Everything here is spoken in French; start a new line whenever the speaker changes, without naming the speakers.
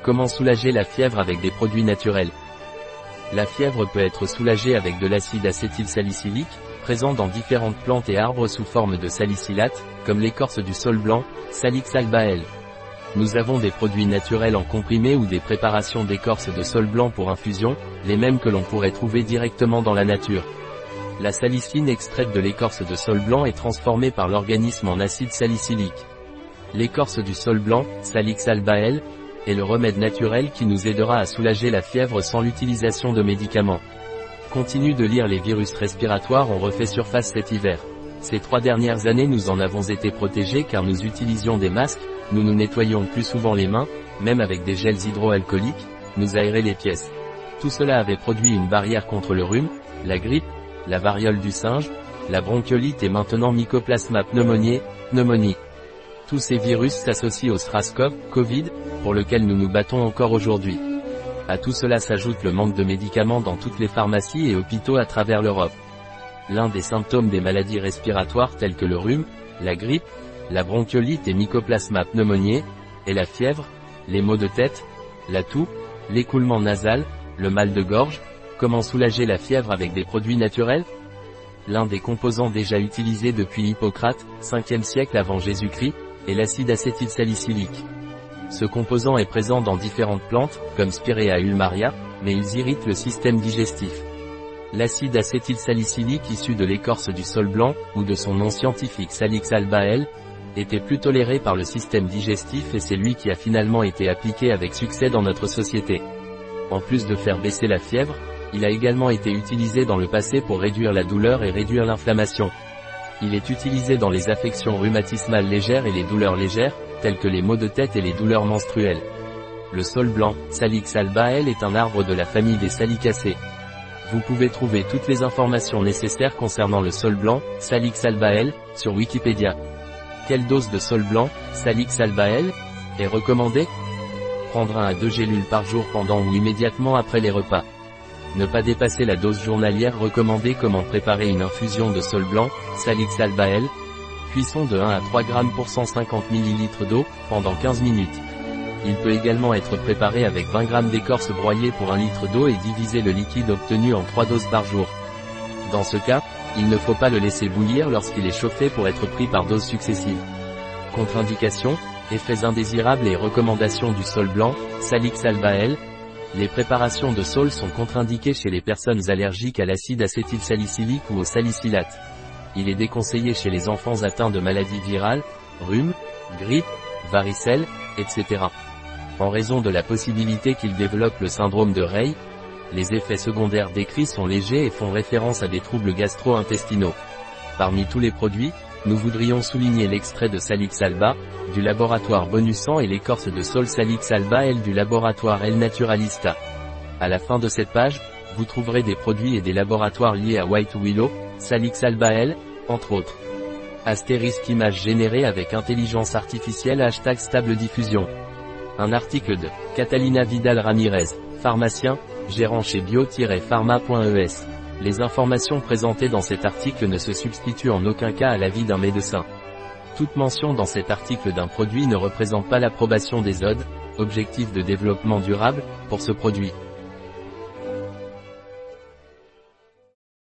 Comment soulager la fièvre avec des produits naturels? La fièvre peut être soulagée avec de l'acide acétylsalicylique, présent dans différentes plantes et arbres sous forme de salicylate, comme l'écorce du saule blanc, Salix alba-L. Nous avons des produits naturels en comprimé ou des préparations d'écorce de saule blanc pour infusion, les mêmes que l'on pourrait trouver directement dans la nature. La salicine extraite de l'écorce de saule blanc est transformée par l'organisme en acide salicylique. L'écorce du saule blanc, Salix alba-L, est le remède naturel qui nous aidera à soulager la fièvre sans l'utilisation de médicaments. Continue de lire. Les virus respiratoires ont refait surface cet hiver. Ces 3 dernières années nous en avons été protégés car nous utilisions des masques, nous nous nettoyions plus souvent les mains, même avec des gels hydroalcooliques, nous aérer les pièces. Tout cela avait produit une barrière contre le rhume, la grippe, la variole du singe, la bronchiolite et maintenant Mycoplasma pneumoniae, pneumonie. Tous ces virus s'associent au SRAS-CoV, Covid, pour lequel nous nous battons encore aujourd'hui. À tout cela s'ajoute le manque de médicaments dans toutes les pharmacies et hôpitaux à travers l'Europe. L'un des symptômes des maladies respiratoires telles que le rhume, la grippe, la bronchiolite et Mycoplasma pneumoniae, est la fièvre, les maux de tête, la toux, l'écoulement nasal, le mal de gorge. Comment soulager la fièvre avec des produits naturels? L'un des composants déjà utilisés depuis Hippocrate, 5e siècle avant Jésus-Christ, est l'acide acétylsalicylique. Ce composant est présent dans différentes plantes, comme Spirea ulmaria, mais ils irritent le système digestif. L'acide acétylsalicylique issu de l'écorce du saule blanc, ou de son nom scientifique Salix alba-L, était plus toléré par le système digestif et c'est lui qui a finalement été appliqué avec succès dans notre société. En plus de faire baisser la fièvre, il a également été utilisé dans le passé pour réduire la douleur et réduire l'inflammation. Il est utilisé dans les affections rhumatismales légères et les douleurs légères, telles que les maux de tête et les douleurs menstruelles. Le saule blanc, Salix alba-L, est un arbre de la famille des salicacées. Vous pouvez trouver toutes les informations nécessaires concernant le saule blanc, Salix alba-L, sur Wikipédia. Quelle dose de saule blanc, Salix alba-L, est recommandée? Prendre 1 à 2 gélules par jour pendant ou immédiatement après les repas. Ne pas dépasser la dose journalière recommandée. Comment préparer une infusion de saule blanc, Salix alba-L? Cuisson de 1 à 3 grammes pour 150 ml d'eau, pendant 15 minutes. Il peut également être préparé avec 20 g d'écorce broyée pour 1 litre d'eau et diviser le liquide obtenu en 3 doses par jour. Dans ce cas, il ne faut pas le laisser bouillir lorsqu'il est chauffé pour être pris par doses successives. Contre-indications, effets indésirables et recommandations du saule blanc, Salix alba-L. Les préparations de saule sont contre-indiquées chez les personnes allergiques à l'acide acétylsalicylique ou au salicylate. Il est déconseillé chez les enfants atteints de maladies virales, rhume, grippe, varicelle, etc. En raison de la possibilité qu'ils développent le syndrome de Rey, les effets secondaires décrits sont légers et font référence à des troubles gastro-intestinaux. Parmi tous les produits, nous voudrions souligner l'extrait de Salix alba, du laboratoire Bonussan et l'écorce de saule Salix alba-L du laboratoire El Naturalista. À la fin de cette page, vous trouverez des produits et des laboratoires liés à White Willow, Salix alba-L, entre autres. Astérisque image générée avec intelligence artificielle #stable diffusion. Un article de Catalina Vidal Ramirez, pharmacien, gérant chez bio-pharma.es. Les informations présentées dans cet article ne se substituent en aucun cas à l'avis d'un médecin. Toute mention dans cet article d'un produit ne représente pas l'approbation des ODD, Objectifs de développement durable, pour ce produit.